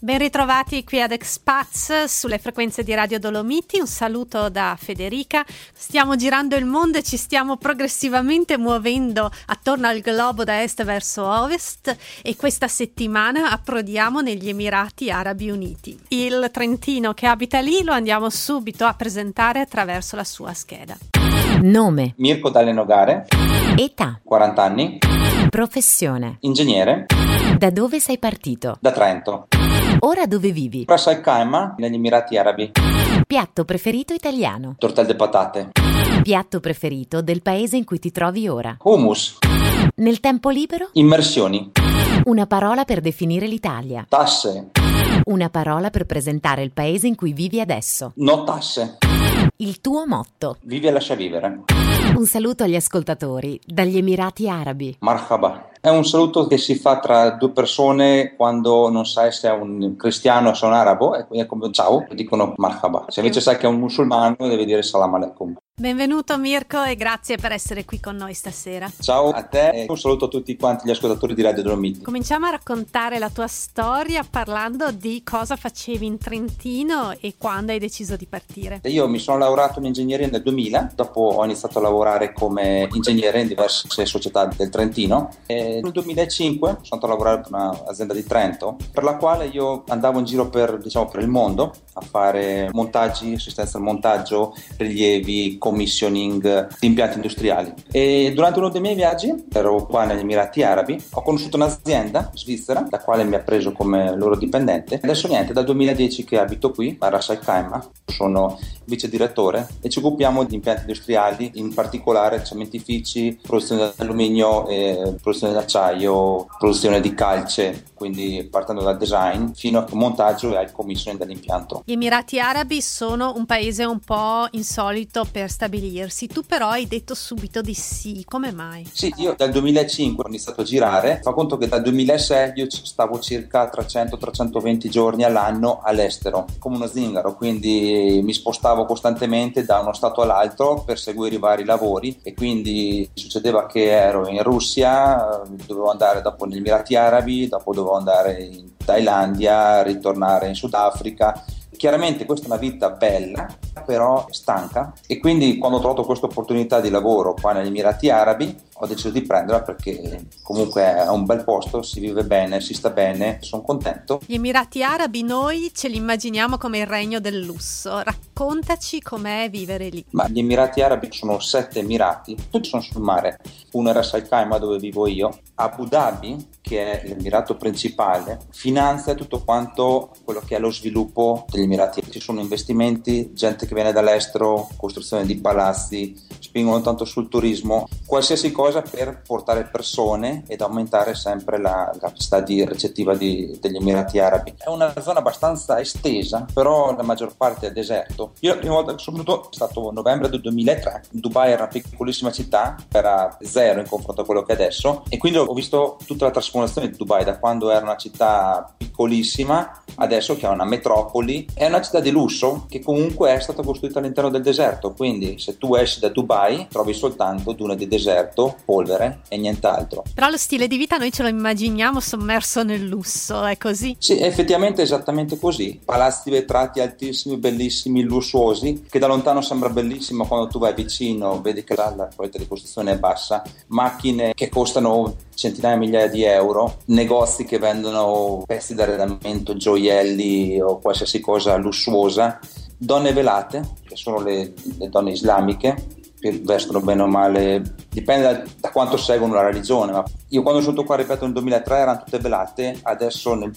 Ben ritrovati qui ad Expats sulle frequenze di Radio Dolomiti. Un saluto da Federica. Stiamo girando il mondo e ci stiamo progressivamente muovendo attorno al globo da est verso ovest e questa settimana approdiamo negli Emirati Arabi Uniti. Il trentino che abita lì lo andiamo subito a presentare attraverso la sua scheda. Nome: Mirko Dalle Nogare. Età: 40 anni. Professione: Ingegnere. Da dove sei partito? Da Trento. Ora dove vivi? Ras Al Khaimah, negli Emirati Arabi. Piatto preferito italiano? Tortelle de patate. Piatto preferito del paese in cui ti trovi ora? Hummus. Nel tempo libero? Immersioni. Una parola per definire l'Italia. Tasse. Una parola per presentare il paese in cui vivi adesso. No tasse. Il tuo motto. Vivi e lascia vivere. Un saluto agli ascoltatori dagli Emirati Arabi. Marhaba. È un saluto che si fa tra due persone quando non sai se è un cristiano o se è un arabo, e quindi è come ciao, dicono marhaba. Se invece sai che è un musulmano devi dire salam alaikum. Benvenuto Mirko e grazie per essere qui con noi stasera. Ciao a te e un saluto a tutti quanti gli ascoltatori di Radio Dolomiti. Cominciamo a raccontare la tua storia parlando di cosa facevi in Trentino e quando hai deciso di partire. Io mi sono laureato in ingegneria nel 2000, dopo ho iniziato a lavorare come ingegnere in diverse società del Trentino e nel 2005 sono andato a lavorare per un'azienda di Trento per la quale io andavo in giro per il mondo a fare montaggi, assistenza al montaggio, rilievi, commissioning di impianti industriali. E durante uno dei miei viaggi, ero qua negli Emirati Arabi, ho conosciuto un'azienda svizzera, la quale mi ha preso come loro dipendente. Adesso niente, dal 2010 che abito qui, a Ras Al Khaimah, sono vice direttore e ci occupiamo di impianti industriali, in particolare cementifici, produzione di alluminio, produzione di acciaio, produzione di calce, quindi partendo dal design fino al montaggio e al commissioning dell'impianto. Gli Emirati Arabi sono un paese un po' insolito per stabilirsi, tu però hai detto subito di sì, come mai? Sì, io dal 2005 ho iniziato a girare, fa conto che dal 2006 io stavo circa 300-320 giorni all'anno all'estero, come uno zingaro, quindi mi spostavo costantemente da uno stato all'altro per seguire i vari lavori e quindi succedeva che ero in Russia, dovevo andare dopo negli Emirati Arabi, dopo dovevo andare in Thailandia, ritornare in Sudafrica. Chiaramente questa è una vita bella, però stanca, e quindi quando ho trovato questa opportunità di lavoro qua negli Emirati Arabi ho deciso di prenderla perché comunque è un bel posto, si vive bene, si sta bene, sono contento. Gli Emirati Arabi noi ce li immaginiamo come il regno del lusso, raccontaci com'è vivere lì. Ma gli Emirati Arabi sono 7 emirati, tutti sono sul mare, uno è Ras Al Khaimah dove vivo io, Abu Dhabi, che è l'emirato principale, finanzia tutto quanto quello che è lo sviluppo degli Emirati. Ci sono investimenti, gente che viene dall'estero, costruzione di palazzi, spingono tanto sul turismo, qualsiasi cosa per portare persone ed aumentare sempre la capacità ricettiva degli Emirati Arabi. È una zona abbastanza estesa, però la maggior parte è deserto. Io la prima volta che sono venuto è stato novembre del 2003. Dubai era una piccolissima città, era zero in confronto a quello che è adesso, e quindi ho visto tutta la trasformazione di Dubai da quando era una città piccolissima adesso che è una metropoli. È una città di lusso che comunque è stata costruita all'interno del deserto, quindi se tu esci da Dubai trovi soltanto dune di deserto, polvere e nient'altro. Però lo stile di vita noi ce lo immaginiamo sommerso nel lusso, è così? Sì, effettivamente è esattamente così. Palazzi vetrati altissimi, bellissimi, lussuosi, che da lontano sembra bellissimo, quando tu vai vicino vedi che la qualità di costruzione è bassa, macchine che costano centinaia di migliaia di euro, negozi che vendono pezzi d'arredamento, gioielli o qualsiasi cosa lussuosa, donne velate, che sono le donne islamiche, che vestono bene o male, dipende da quanto seguono la religione, ma io quando sono venuto qua, ripeto, nel 2003 erano tutte velate, adesso nel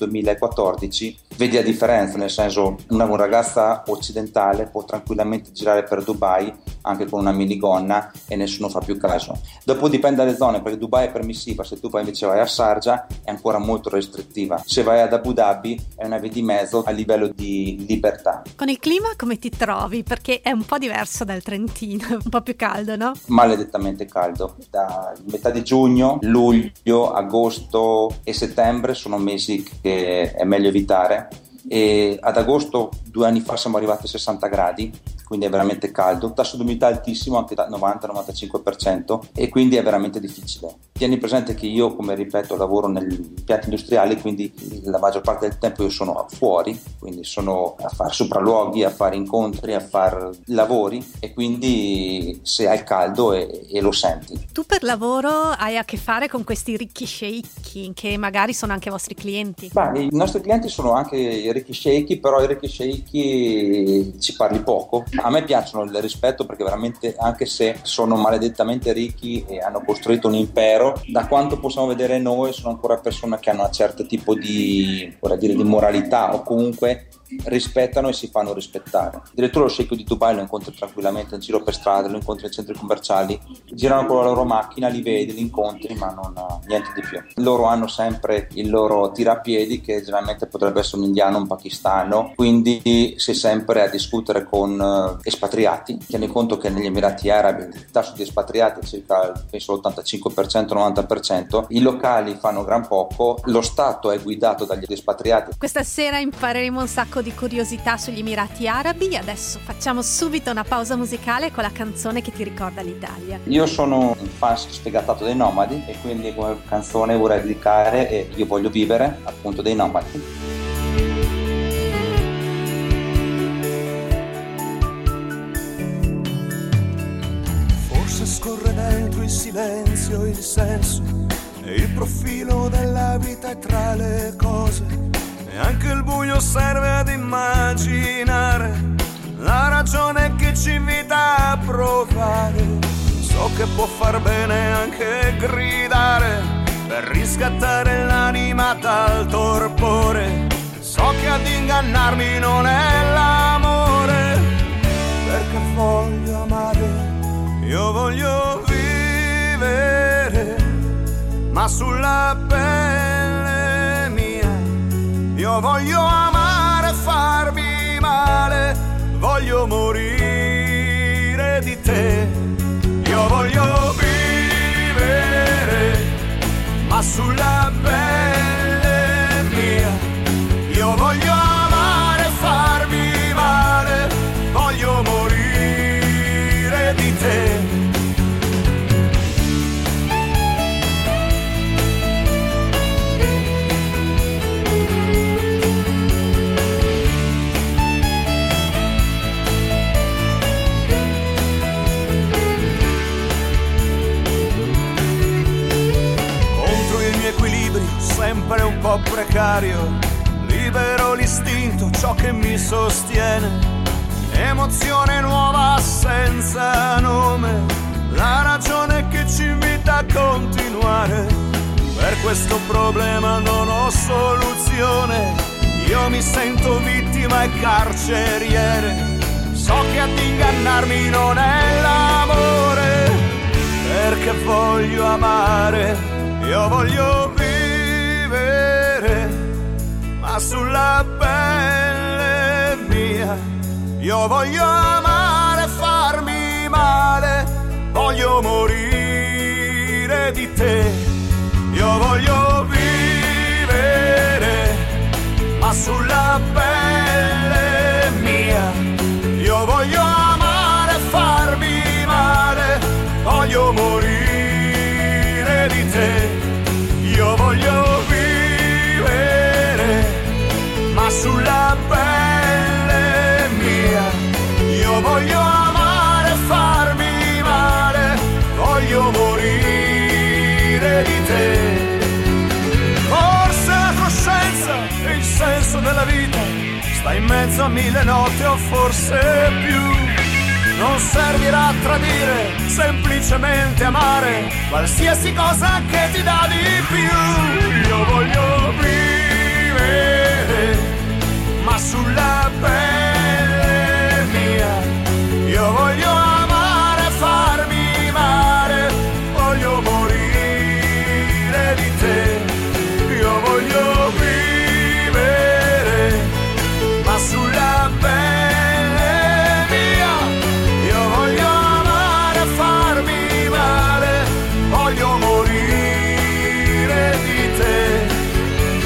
2014 vedi la differenza, nel senso una ragazza occidentale può tranquillamente girare per Dubai anche con una minigonna e nessuno fa più caso. Dopo dipende dalle zone, perché Dubai è permissiva, se tu poi invece vai a Sharjah è ancora molto restrittiva, se vai ad Abu Dhabi è una via di mezzo a livello di libertà. Con il clima come ti trovi? Perché è un po' diverso dal Trentino, un po' più caldo, no? Maledettamente caldo. Da metà di giugno, luglio, agosto e settembre sono mesi che è meglio evitare, e ad agosto 2 anni fa siamo arrivati a 60 gradi, quindi è veramente caldo, tasso di umidità altissimo, anche da 90-95%, e quindi è veramente difficile. Tieni presente che io, come ripeto, lavoro negli impianti industriali, quindi la maggior parte del tempo io sono fuori, quindi sono a fare sopralluoghi, a fare incontri, a fare lavori, e quindi se hai caldo e lo senti. Tu per lavoro hai a che fare con questi ricchi sceicchi che magari sono anche vostri clienti? I nostri clienti sono anche i ricchi sceicchi, però i ricchi sceicchi ci parli poco. A me piacciono, il rispetto, perché veramente, anche se sono maledettamente ricchi e hanno costruito un impero, da quanto possiamo vedere noi sono ancora persone che hanno un certo tipo di moralità, o comunque rispettano e si fanno rispettare. Addirittura lo sceicco di Dubai lo incontri tranquillamente in giro per strada, lo incontri nei centri commerciali, girano con la loro macchina, li vedi, li incontri, ma non niente di più. Loro hanno sempre il loro tirapiedi, che generalmente potrebbe essere un indiano, un pakistano, quindi sei sempre a discutere con espatriati. Tieni conto che negli Emirati Arabi il tasso di espatriati è circa, penso, l'85%, 90%, i locali fanno gran poco, lo Stato è guidato dagli espatriati. Questa sera impareremo un sacco di curiosità sugli Emirati Arabi. Adesso facciamo subito una pausa musicale con la canzone che ti ricorda l'Italia. Io sono un fan sfegatato dei nomadi, e quindi come canzone vorrei dedicare e Io voglio vivere, appunto, dei nomadi. Forse scorre dentro in silenzio il senso e il profilo della vita è tra le cose. E anche il buio serve ad immaginare la ragione che ci invita a provare. So che può far bene anche gridare per riscattare l'anima dal torpore. So che ad ingannarmi non è l'amore, perché voglio amare, io voglio vivere, ma sulla pelle mia. Io voglio amare e farmi male, voglio morire di te. Io voglio vivere, ma sulla pelle mia. Io voglio amare e farmi male, voglio morire di te. Sempre un po' precario, libero l'istinto, ciò che mi sostiene, emozione nuova senza nome, la ragione che ci invita a continuare. Per questo problema non ho soluzione, io mi sento vittima e carceriere. So che ad ingannarmi non è l'amore, perché voglio amare, io voglio vivere, ma sulla pelle mia. Io voglio amare e farmi male, voglio morire di te. Io voglio vivere, ma sulla pelle mia. Io voglio amare e farmi male, voglio morire di te. Io voglio vivere, ma sulla pelle mia. Io voglio amare e farmi male, voglio morire di te. Forse la coscienza e il senso della vita sta in mezzo a mille notti o forse più. Non servirà tradire, semplicemente amare qualsiasi cosa che ti dà di più. Io voglio vivere, ma sulla pelle mia. Io voglio amare e farmi male, voglio morire di te. Io voglio vivere, ma sulla pelle. Voglio morire di te.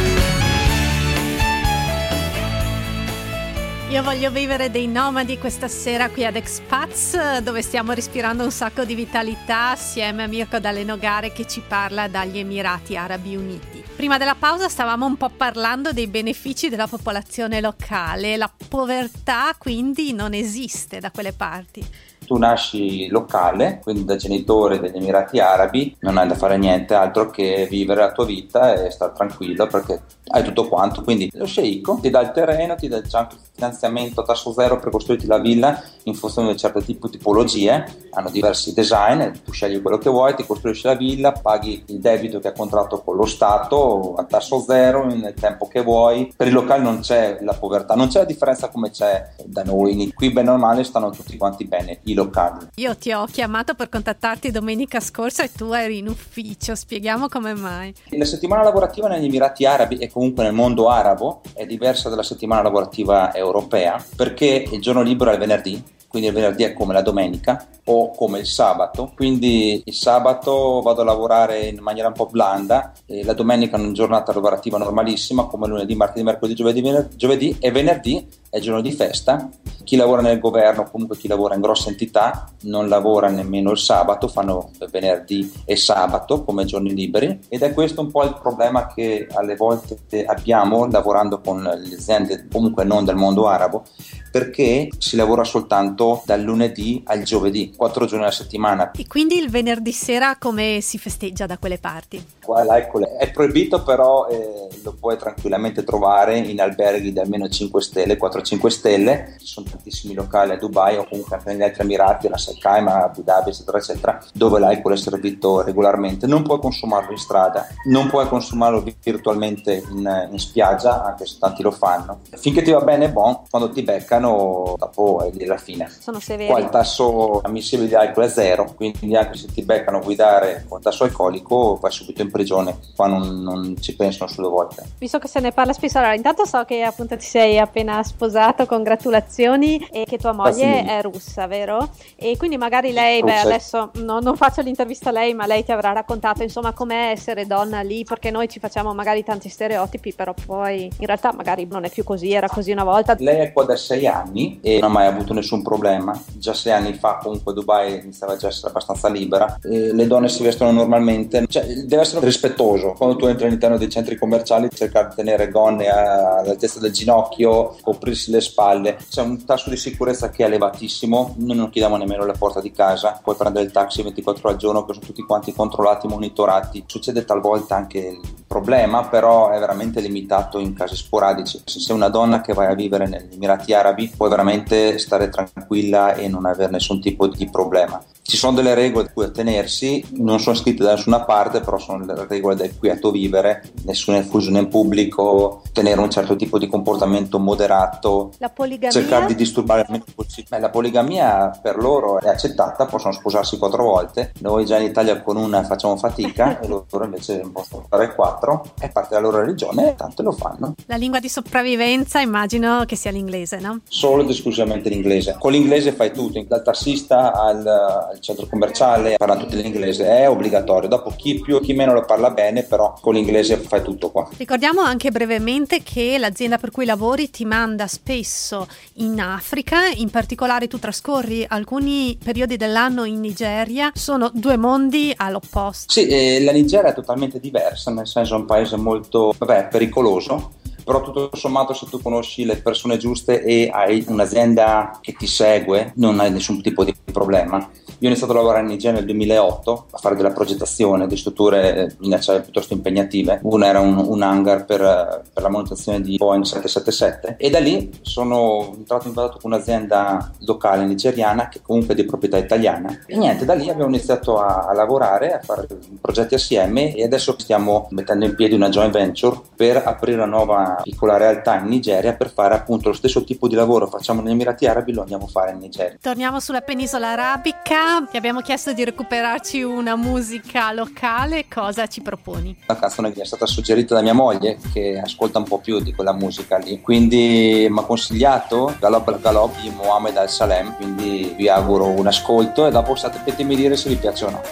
Io voglio vivere dei nomadi questa sera qui ad Expats, dove stiamo respirando un sacco di vitalità assieme a Mirko Dalle-Nogare che ci parla dagli Emirati Arabi Uniti. Prima della pausa stavamo un po' parlando dei benefici della popolazione locale. La povertà quindi non esiste da quelle parti. Tu nasci locale, quindi da genitore degli Emirati Arabi, non hai da fare niente altro che vivere la tua vita e stare tranquillo perché hai tutto quanto. Quindi lo sceicco ti dà il terreno, ti dà anche il finanziamento a tasso zero per costruirti la villa in funzione di certe tipologie, hanno diversi design, tu scegli quello che vuoi, ti costruisci la villa, paghi il debito che hai contratto con lo Stato a tasso zero nel tempo che vuoi. Per i locali non c'è la povertà, non c'è la differenza come c'è da noi, qui bene o male stanno tutti quanti bene i locali. Io ti ho chiamato per contattarti domenica scorsa e tu eri in ufficio, spieghiamo come mai. La settimana lavorativa negli Emirati Arabi e comunque nel mondo arabo è diversa dalla settimana lavorativa europea perché il giorno libero è il venerdì, quindi il venerdì è come la domenica o come il sabato, quindi il sabato vado a lavorare in maniera un po' blanda e la domenica è una giornata lavorativa normalissima come lunedì, martedì, mercoledì, giovedì e venerdì è giorno di festa. Chi lavora nel governo, comunque chi lavora in grosse entità, non lavora nemmeno il sabato, fanno venerdì e sabato come giorni liberi ed è questo un po' il problema che alle volte abbiamo lavorando con le aziende comunque non del mondo arabo, perché si lavora soltanto dal lunedì al giovedì, 4 giorni alla settimana. E quindi il venerdì sera come si festeggia da quelle parti? Qua l'alcol è proibito, però lo puoi tranquillamente trovare in alberghi di almeno 5 stelle, 4-5 stelle. Ci sono tantissimi locali a Dubai o comunque anche negli altri Emirati, la Ras Al Khaimah, Abu Dhabi, eccetera, eccetera, dove l'alcol è servito regolarmente. Non puoi consumarlo in strada, non puoi consumarlo virtualmente in spiaggia, anche se tanti lo fanno. Finché ti va bene, quando ti beccano, dopo è lì alla fine. Sono severi. Qua il tasso ammissibile di alcol è 0, quindi anche se ti beccano guidare con tasso alcolico vai subito in prigione. Qua non ci pensano su 2 volte. Visto che se ne parla spesso, allora intanto so che appunto ti sei appena sposato, congratulazioni, e che tua moglie è russa, vero? E quindi magari lei, adesso non faccio l'intervista a lei, ma lei ti avrà raccontato insomma com'è essere donna lì, perché noi ci facciamo magari tanti stereotipi, però poi in realtà magari non è più così, era così una volta. Lei è qua da 6 anni e non ha mai avuto nessun problema. Già 6 anni fa comunque Dubai iniziava già a essere abbastanza libera e le donne si vestono normalmente, cioè deve essere rispettoso. Quando tu entri all'interno dei centri commerciali cercare di tenere gonne all'altezza del ginocchio, coprirsi le spalle, c'è un tasso di sicurezza che è elevatissimo. Noi non chiudiamo nemmeno la porta di casa, puoi prendere il taxi 24 ore al giorno che sono tutti quanti controllati, monitorati. Succede talvolta anche il problema, però è veramente limitato in casi sporadici. Se sei una donna che vai a vivere negli Emirati Arabi puoi veramente stare tranquilla e non avere nessun tipo di problema. Ci sono delle regole di cui attenersi, non sono scritte da nessuna parte, però sono le regole del quieto vivere, nessuna effusione in pubblico, tenere un certo tipo di comportamento moderato, la poligamia? Cercare di disturbare il meno possibile. La poligamia per loro è accettata, possono sposarsi 4 volte, noi già in Italia con una facciamo fatica e loro invece possono fare 4, è parte della loro religione e tante lo fanno. La lingua di sopravvivenza immagino che sia l'inglese, no? Solo ed esclusivamente l'inglese. Con l'inglese fai tutto, dal tassista al centro commerciale parlano tutti l'inglese, è obbligatorio. Dopo chi più o chi meno lo parla bene, però con l'inglese fai tutto qua. Ricordiamo anche brevemente che l'azienda per cui lavori ti manda spesso in Africa, in particolare tu trascorri alcuni periodi dell'anno in Nigeria. Sono 2 mondi all'opposto. Sì, la Nigeria è totalmente diversa, nel senso è un paese molto pericoloso, però tutto sommato se tu conosci le persone giuste e hai un'azienda che ti segue non hai nessun tipo di problema. Io ho iniziato a lavorare in Nigeria nel 2008 a fare della progettazione di strutture in acciaio piuttosto impegnative. Una era un hangar per la manutenzione di Boeing 777 e da lì sono entrato in contatto con un'azienda locale nigeriana che comunque è di proprietà italiana e niente, da lì abbiamo iniziato a lavorare, a fare progetti assieme e adesso stiamo mettendo in piedi una joint venture per aprire una nuova piccola realtà in Nigeria per fare appunto lo stesso tipo di lavoro facciamo negli Emirati Arabi, lo andiamo a fare in Nigeria. Torniamo sulla penisola arabica. Ti abbiamo chiesto di recuperarci una musica locale, cosa ci proponi? Una canzone che è stata suggerita da mia moglie che ascolta un po' più di quella musica lì, quindi mi ha consigliato Galob al Galob di Mohamed Al Salem, quindi vi auguro un ascolto e dopo sapetemi dire se vi piace o no.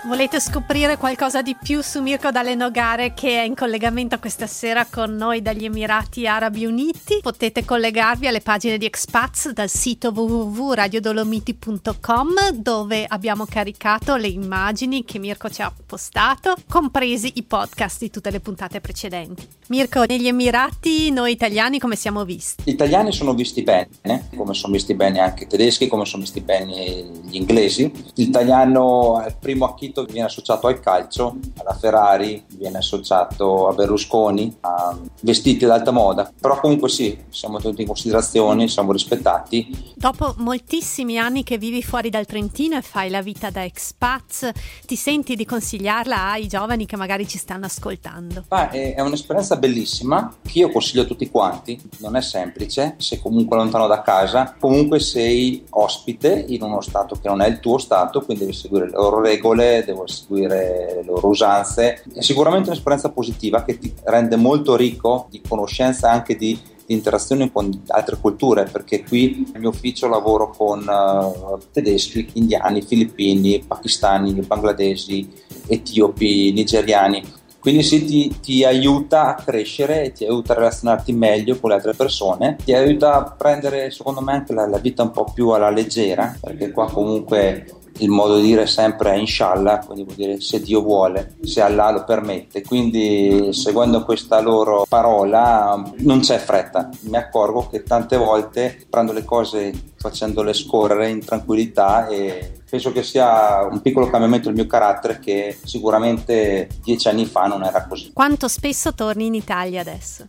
Volete scoprire qualcosa di più su Mirko Dalle Nogare, che è in collegamento questa sera con noi dagli Emirati Arabi Uniti? Potete collegarvi alle pagine di Expats dal sito www.radiodolomiti.com, dove abbiamo caricato le immagini che Mirko ci ha postato, compresi i podcast di tutte le puntate precedenti. Mirko, negli Emirati noi italiani come siamo visti? Gli italiani sono visti bene, come sono visti bene anche i tedeschi, come sono visti bene gli inglesi. L'italiano al primo acchito viene associato al calcio, alla Ferrari, viene associato a Berlusconi, a vestiti d'alta moda, però comunque sì, siamo tenuti in considerazione, siamo rispettati. Dopo moltissimi anni che vivi fuori dal Trentino e fai la vita da expats, ti senti di consigliarla ai giovani che magari ci stanno ascoltando? È un'esperienza bellissima che io consiglio a tutti quanti. Non è semplice, sei comunque lontano da casa, comunque sei ospite in uno stato che non è il tuo stato, quindi devi seguire le loro regole, devo seguire le loro usanze. È sicuramente un'esperienza positiva che ti rende molto ricco di conoscenza, anche di interazioni con altre culture, perché qui nel mio ufficio lavoro con tedeschi, indiani, filippini, pakistani, bangladesi, etiopi, nigeriani. Quindi sì, ti aiuta a crescere, ti aiuta a relazionarti meglio con le altre persone, ti aiuta a prendere, secondo me, anche la vita un po' più alla leggera, perché qua comunque il modo di dire sempre è inshallah, quindi vuol dire se Dio vuole, se Allah lo permette. Quindi seguendo questa loro parola non c'è fretta. Mi accorgo che tante volte prendo le cose facendole scorrere in tranquillità, e penso che sia un piccolo cambiamento del mio carattere che sicuramente 10 anni fa non era così. Quanto spesso torni in Italia adesso?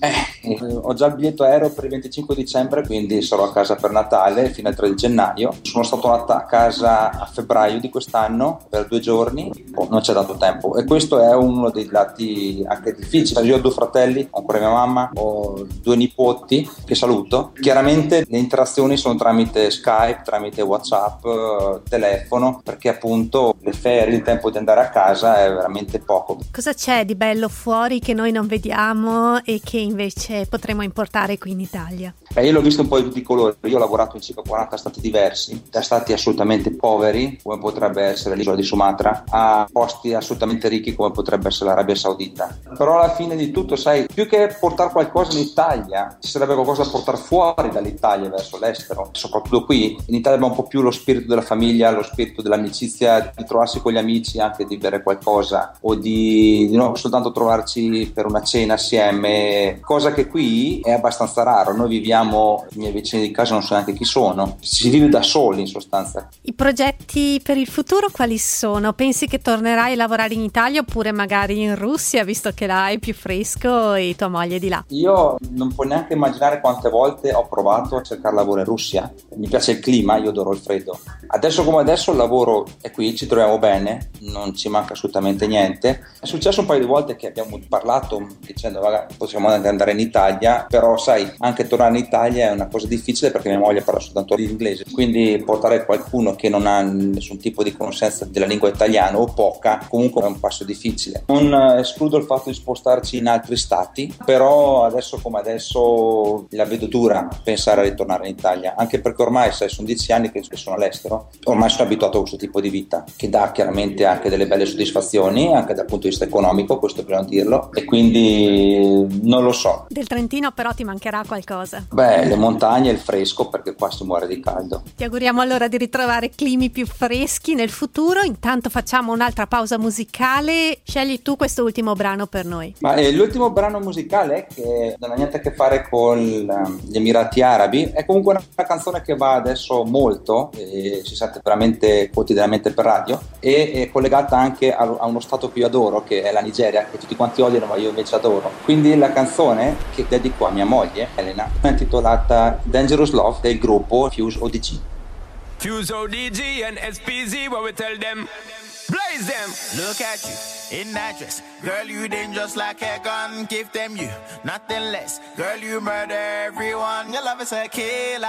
Ho già il biglietto aereo per il 25 dicembre, quindi sarò a casa per Natale fino al 3 gennaio. Sono stato a casa a febbraio di quest'anno per 2 giorni, non c'è dato tempo, e questo è uno dei lati anche difficili. Io ho 2 fratelli, ho ancora mia mamma, ho 2 nipoti che saluto. Chiaramente le interazioni sono tramite Skype, tramite WhatsApp, telefono, perché appunto le ferie, il tempo di andare a casa è veramente poco. Cosa c'è di bello fuori che noi non vediamo e che invece potremo importare qui in Italia? Io l'ho visto un po' di tutti i colori. Io ho lavorato in circa 40 stati diversi, da stati assolutamente poveri come potrebbe essere l'isola di Sumatra, a posti assolutamente ricchi come potrebbe essere l'Arabia Saudita. Però alla fine di tutto, sai, più che portare qualcosa in Italia, ci sarebbe qualcosa da portare fuori dall'Italia verso l'estero. Soprattutto qui in Italia abbiamo un po' più lo spirito della famiglia, lo spirito dell'amicizia, di trovarsi con gli amici, anche di bere qualcosa, o di non soltanto trovarci per una cena assieme, cosa che qui è abbastanza raro. Noi viviamo, i miei vicini di casa non so neanche chi sono, si vive da soli in sostanza. I progetti per il futuro quali sono? Pensi che tornerai a lavorare in Italia oppure magari in Russia, visto che là è più fresco e tua moglie è di là? Io non puoi neanche immaginare quante volte ho provato a cercare lavoro in Russia. Mi piace il clima, io adoro il freddo. Adesso come adesso il lavoro è qui, ci troviamo bene, non ci manca assolutamente niente. È successo un paio di volte che abbiamo parlato dicendo possiamo anche andare in Italia, però sai, anche tornare in Italia è una cosa difficile perché mia moglie parla soltanto l'inglese, quindi portare qualcuno che non ha nessun tipo di conoscenza della lingua italiana o poca, comunque è un passo difficile. Non escludo il fatto di spostarci in altri stati, però adesso come adesso la vedo dura pensare a ritornare in Italia, anche perché ormai sai, sono 10 anni che sono all'estero, ormai sono abituato a questo tipo di vita che dà chiaramente anche delle belle soddisfazioni anche dal punto di vista economico, questo bisogna dirlo, e quindi non lo so. Del Trentino però ti mancherà qualcosa? Le montagne e il fresco, perché qua si muore di caldo. Ti auguriamo allora di ritrovare climi più freschi nel futuro. Intanto facciamo un'altra pausa musicale, scegli tu questo ultimo brano per noi. L'ultimo brano musicale, che non ha niente a che fare con gli Emirati Arabi, è comunque una canzone che va adesso molto e si sente veramente quotidianamente per radio, e è collegata anche a uno stato che io adoro, che è la Nigeria, che tutti quanti odiano ma io invece adoro. Quindi la canzone che dedico a mia moglie Elena è intitolata Dangerous Love del gruppo Fuse ODG. Fuse ODG and SPZ, what we tell them, blaze them. Look at you in that dress, girl, you dangerous like a gun. Give them you nothing less, girl, you murder everyone. Your love is a killer,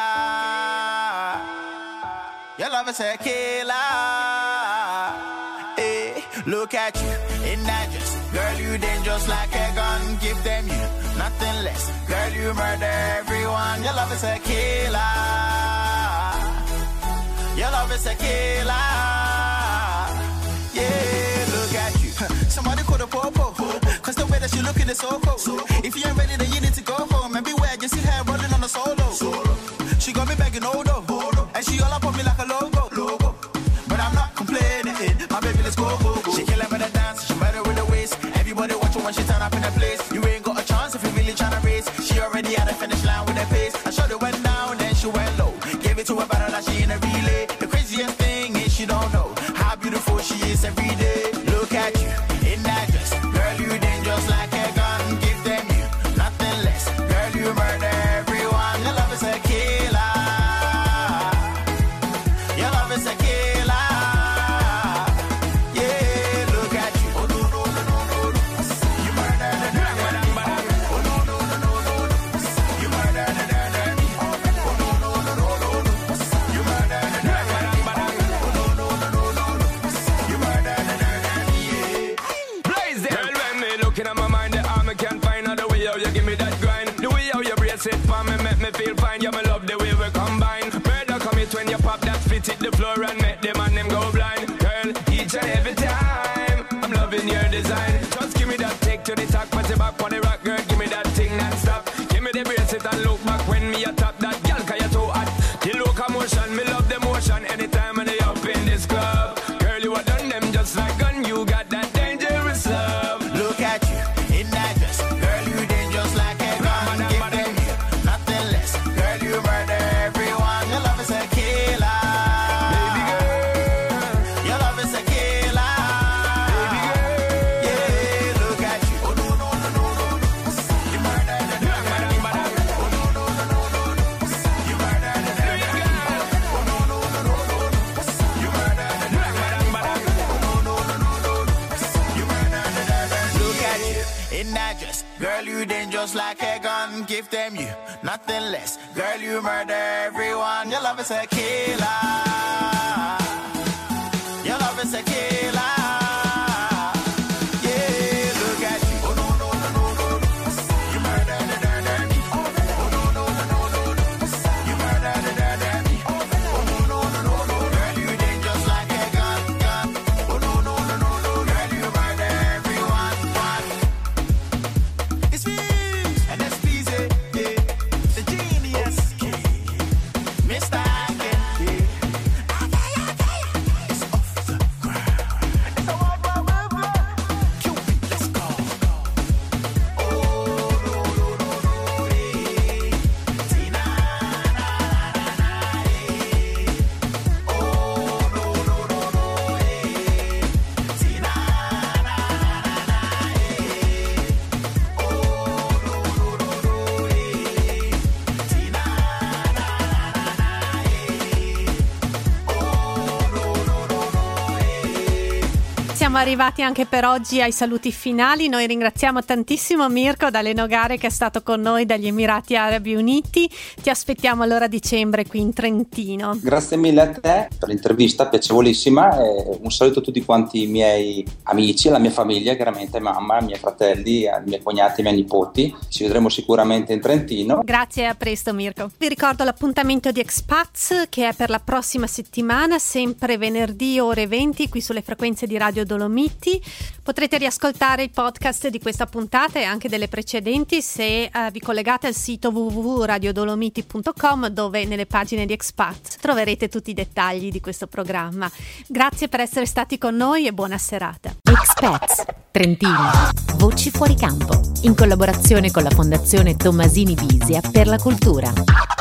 your love is a killer. Hey, look at you in that dress, girl, you dangerous like a gun. Give them you nothing less, girl, you murder everyone. Your love is a killer, your love is a killer. Yeah. feeling so cold. If you ain't ready, then you need to go home. And beware, you see her rolling on the solo. She got me begging, hold up. And she all up on me like a logo. But I'm not complaining. My baby, let's go. She kill her with a dance, she murder with the waist. Everybody watch her when she turn up in the place. You ain't got a chance if you really tryna race. She already at the finish line with her pace. I shot it went down, then she went low. Gave it to her better like she in a relay. The craziest thing is she don't know how beautiful she is every day. Look at you in that dress, girl, you dangerous like a gun. Give them you nothing less, girl, you murder everyone. Your love is a killer. Your love is a killer. Yeah, look at you. Oh no no no no no, you murder the dirty. Oh no no no no no, you murder the dirty. Oh no no no no no, you murder the dirty. Oh no no no no no, you murder the dirty. Yeah. Blaze them. Girl, when me looking at my mind, the arm I can't find out the way how you give me that grind. The way how you brace it for me, make me feel fine. You me love the way we combine. Murder commit when you pop that spit hit the floor and make them and them go blind. Girl, each and every time, I'm loving your design. Just give me that take to the talk, put it back on the rock, girl. Give me that thing non-stop. Give me the brace it and look back when me a top that girl, 'cause you're too hot. The locomotion, me love the motion. Anytime when they up in this club, girl, you are done them just like gun. You got that dangerous love. Look at you in that dress, girl, you dangerous like a gun. Give them you nothing less, girl, you murder everyone. Your love is a killer. Baby girl, Your love is a killer. baby girl. Yeah, look at you. Oh no no no no no, you murder the dirty. Oh no no no no no, you murder the dirty. Oh no no no no no, you murder the dirty. Oh no no no no no, you murder the dirty. Look at you in that dress, girl, you dangerous like a gun. Give them you nothing less, girl, you murder everyone. Your love is a killer. Your love is a killer. Yeah, look at you. Oh no no no no no, you murder the dirty. Oh no no no no no, you murder the dirty. Oh no no no no no, girl, you dangerous like a gun. Oh no no no no no, girl, you murder everyone. It's me and that's Peasy, yeah, the genius, Mr. Hackett, yeah. It's off the ground. It's a wild, wild, wild, wild. Cupid, let's go. Oh no no no no, eh. Tina na na na, eh. Oh no no no no, eh. Tina na na na, eh. Oh no no no no, eh. Tina na na na, Siamo arrivati anche per oggi ai saluti finali. Noi ringraziamo tantissimo Mirko Dalenogare che è stato con noi dagli Emirati Arabi Uniti. Ti aspettiamo allora a dicembre qui in Trentino. Grazie mille a te per l'intervista piacevolissima e un saluto a tutti quanti i miei amici, alla mia famiglia, chiaramente mamma, ai miei fratelli, ai miei cognati, ai miei nipoti. Ci vedremo sicuramente in Trentino. Grazie e a presto Mirko. Vi ricordo l'appuntamento di Expats che è per la prossima settimana, sempre venerdì ore 20 qui sulle frequenze di Radio Dolomiti. Potrete riascoltare il podcast di questa puntata e anche delle precedenti se vi collegate al sito www.radiodolomiti.com, dove nelle pagine di Expats troverete tutti i dettagli di questo programma. Grazie per essere stati con noi e buona serata. Expats, Trentino, voci fuori campo, in collaborazione con la Fondazione Tommasini Bisia per la cultura.